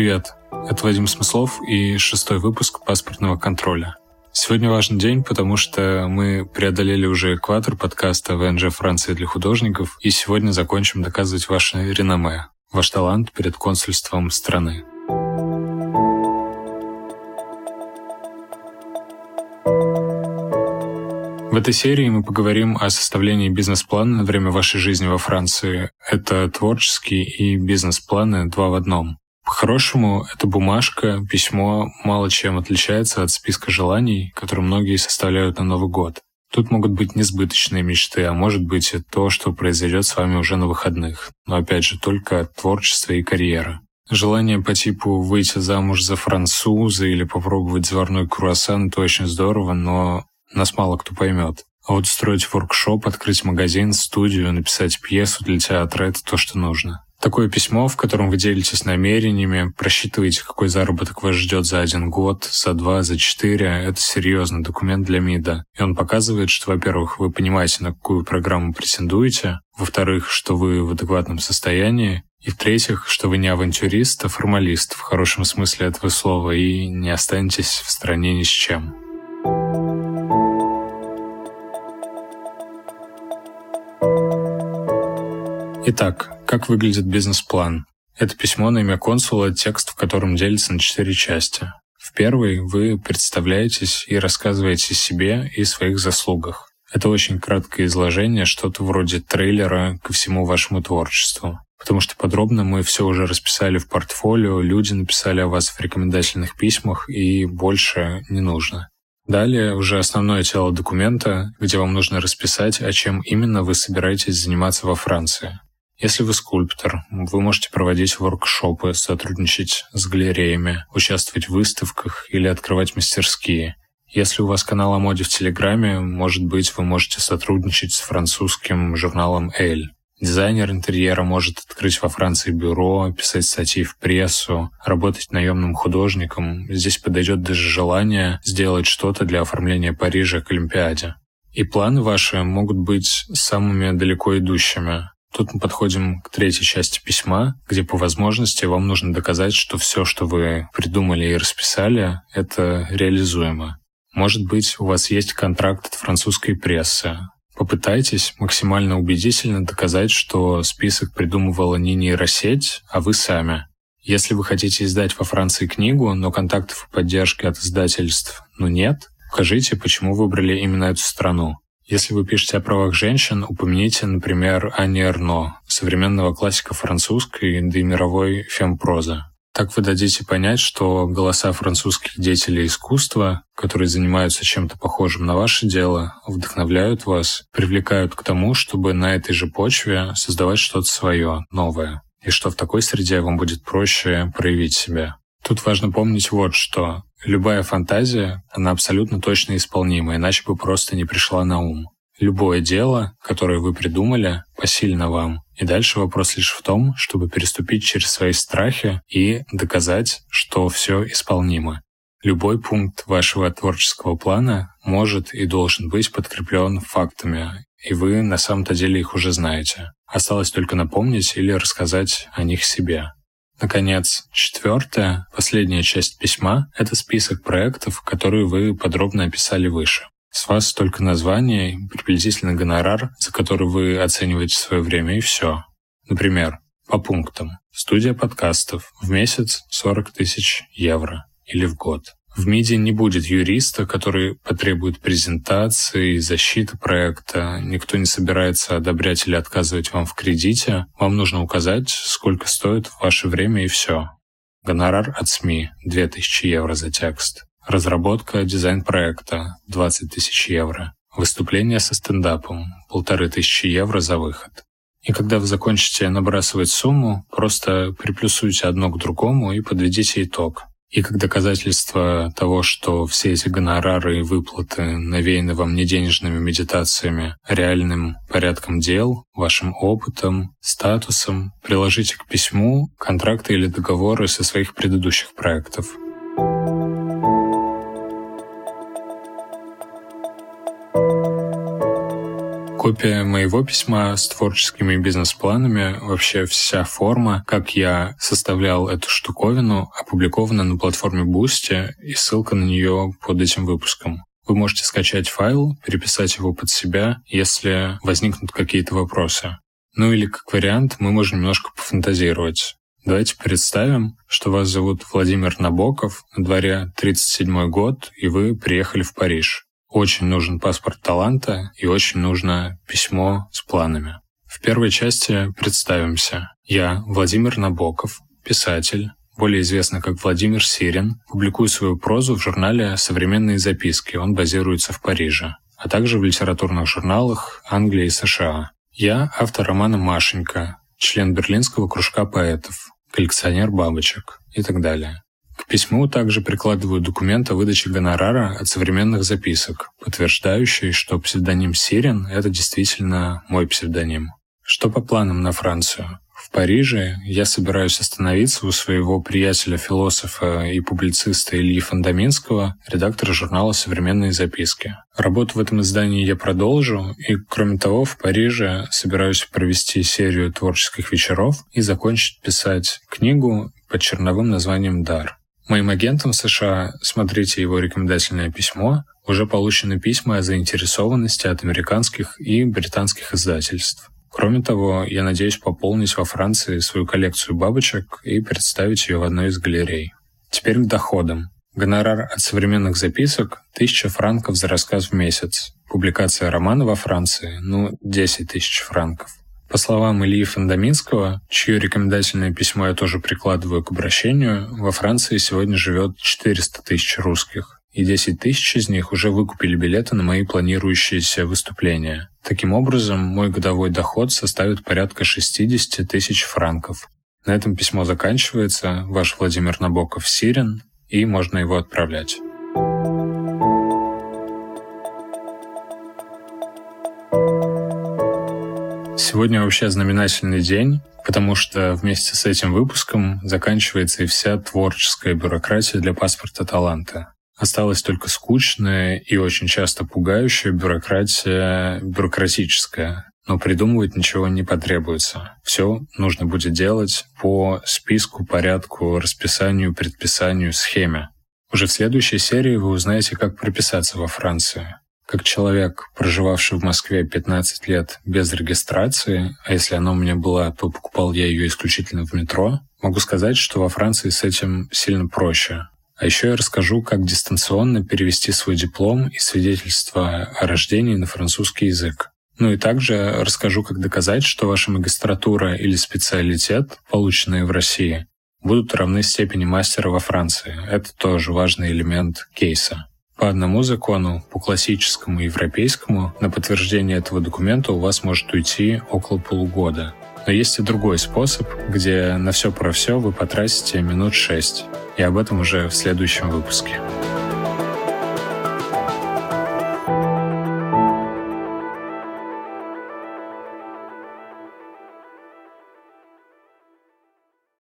Привет, это Вадим Смыслов и 6-й выпуск «Паспортного контроля». Сегодня важный день, потому что мы преодолели уже экватор подкаста ВНЖ Франции для художников, и сегодня закончим доказывать ваше реноме, ваш талант перед консульством страны. В этой серии мы поговорим о составлении бизнес-плана на время вашей жизни во Франции. Это творческие и бизнес-планы два в одном. По-хорошему, эта бумажка, письмо мало чем отличается от списка желаний, которые многие составляют на Новый год. Тут могут быть несбыточные мечты, а может быть и то, что произойдет с вами уже на выходных. Но опять же, только творчество и карьера. Желание по типу выйти замуж за француза или попробовать заварной круассан — это очень здорово, но нас мало кто поймет. А вот устроить воркшоп, открыть магазин, студию, написать пьесу для театра — это то, что нужно. Такое письмо, в котором вы делитесь намерениями, просчитываете, какой заработок вас ждет за 1 год, за 2, за 4, это серьезный документ для МИДа. И он показывает, что, во-первых, вы понимаете, на какую программу претендуете, во-вторых, что вы в адекватном состоянии, и в-третьих, что вы не авантюрист, а формалист в хорошем смысле этого слова и не останетесь в стране ни с чем. Итак, как выглядит бизнес-план? Это письмо на имя консула, текст в котором делится на 4 части. В первой вы представляетесь и рассказываете о себе и своих заслугах. Это очень краткое изложение, что-то вроде трейлера ко всему вашему творчеству. Потому что подробно мы все уже расписали в портфолио, люди написали о вас в рекомендательных письмах, и больше не нужно. Далее уже основное тело документа, где вам нужно расписать, а чем именно вы собираетесь заниматься во Франции. Если вы скульптор, вы можете проводить воркшопы, сотрудничать с галереями, участвовать в выставках или открывать мастерские. Если у вас канал о моде в Телеграме, может быть, вы можете сотрудничать с французским журналом «Эль». Дизайнер интерьера может открыть во Франции бюро, писать статьи в прессу, работать наемным художником. Здесь подойдет даже желание сделать что-то для оформления Парижа к Олимпиаде. И планы ваши могут быть самыми далеко идущими. Тут мы подходим к 3-й части письма, где по возможности вам нужно доказать, что все, что вы придумали и расписали, это реализуемо. Может быть, у вас есть контракт от французской прессы. Попытайтесь максимально убедительно доказать, что список придумывала не нейросеть, а вы сами. Если вы хотите издать во Франции книгу, но контактов и поддержки от издательств нет, укажите, почему выбрали именно эту страну. Если вы пишете о правах женщин, упомяните, например, Анни Эрно, современного классика французской, да и мировой фемпрозы. Так вы дадите понять, что голоса французских деятелей искусства, которые занимаются чем-то похожим на ваше дело, вдохновляют вас, привлекают к тому, чтобы на этой же почве создавать что-то свое, новое, и что в такой среде вам будет проще проявить себя. Тут важно помнить вот что. Любая фантазия, она абсолютно точно исполнима, иначе бы просто не пришла на ум. Любое дело, которое вы придумали, посильно вам. И дальше вопрос лишь в том, чтобы переступить через свои страхи и доказать, что все исполнимо. Любой пункт вашего творческого плана может и должен быть подкреплен фактами, и вы на самом-то деле их уже знаете. Осталось только напомнить или рассказать о них себе. Наконец, 4-я, последняя часть письма — это список проектов, которые вы подробно описали выше. С вас только название, приблизительный гонорар, за который вы оцениваете свое время, и все. Например, по пунктам. Студия подкастов. В месяц 40 000 евро. Или в год. В МИДе не будет юриста, который потребует презентации, защиты проекта. Никто не собирается одобрять или отказывать вам в кредите. Вам нужно указать, сколько стоит ваше время, и все. Гонорар от СМИ — 2000 евро за текст. Разработка дизайн-проекта — 20 000 евро. Выступление со стендапом — 1500 евро за выход. И когда вы закончите набрасывать сумму, просто приплюсуйте одно к другому и подведите итог. И как доказательство того, что все эти гонорары и выплаты навеяны вам не денежными медитациями, а реальным порядком дел, вашим опытом, статусом, приложите к письму контракты или договоры со своих предыдущих проектов. Копия моего письма с творческими бизнес-планами, вообще вся форма, как я составлял эту штуковину, опубликована на платформе Boosty, и ссылка на нее под этим выпуском. Вы можете скачать файл, переписать его под себя, если возникнут какие-то вопросы. Ну или, как вариант, мы можем немножко пофантазировать. Давайте представим, что вас зовут Владимир Набоков, на дворе 37-й год, и вы приехали в Париж. Очень нужен паспорт таланта и очень нужно письмо с планами. В первой части представимся. Я, Владимир Набоков, писатель, более известный как Владимир Сирин, публикую свою прозу в журнале «Современные записки», он базируется в Париже, а также в литературных журналах Англии и США. Я автор романа «Машенька», член Берлинского кружка поэтов, коллекционер бабочек и так далее. К письму также прикладываю документ о выдаче гонорара от современных записок, подтверждающий, что псевдоним Сирин — это действительно мой псевдоним. Что по планам на Францию? В Париже я собираюсь остановиться у своего приятеля-философа и публициста Ильи Фандаминского, редактора журнала «Современные записки». Работу в этом издании я продолжу, и, кроме того, в Париже собираюсь провести серию творческих вечеров и закончить писать книгу под черновым названием «Дар». Моим агентом в США, смотрите его рекомендательное письмо, уже получены письма о заинтересованности от американских и британских издательств. Кроме того, я надеюсь пополнить во Франции свою коллекцию бабочек и представить ее в одной из галерей. Теперь к доходам. Гонорар от современных записок — 1000 франков за рассказ в месяц. Публикация романа во Франции — 10 000 франков. По словам Ильи Фандаминского, чье рекомендательное письмо я тоже прикладываю к обращению, во Франции сегодня живет 400 000 русских, и 10 000 из них уже выкупили билеты на мои планирующиеся выступления. Таким образом, мой годовой доход составит порядка 60 000 франков. На этом письмо заканчивается. Ваш Владимир Набоков Сирин, и можно его отправлять. Сегодня вообще знаменательный день, потому что вместе с этим выпуском заканчивается и вся творческая бюрократия для паспорта таланта. Осталась только скучная и очень часто пугающая бюрократия бюрократическая. Но придумывать ничего не потребуется. Все нужно будет делать по списку, порядку, расписанию, предписанию, схеме. Уже в следующей серии вы узнаете, как прописаться во Франции. Как человек, проживавший в Москве 15 лет без регистрации, а если она у меня была, то покупал я ее исключительно в метро, могу сказать, что во Франции с этим сильно проще. А еще я расскажу, как дистанционно перевести свой диплом и свидетельство о рождении на французский язык. Ну и также расскажу, как доказать, что ваша магистратура или специалитет, полученные в России, будут равны степени мастера во Франции. Это тоже важный элемент кейса. По одному закону, по классическому и европейскому, на подтверждение этого документа у вас может уйти около полугода. Но есть и другой способ, где на все про все вы потратите минут 6. И об этом уже в следующем выпуске.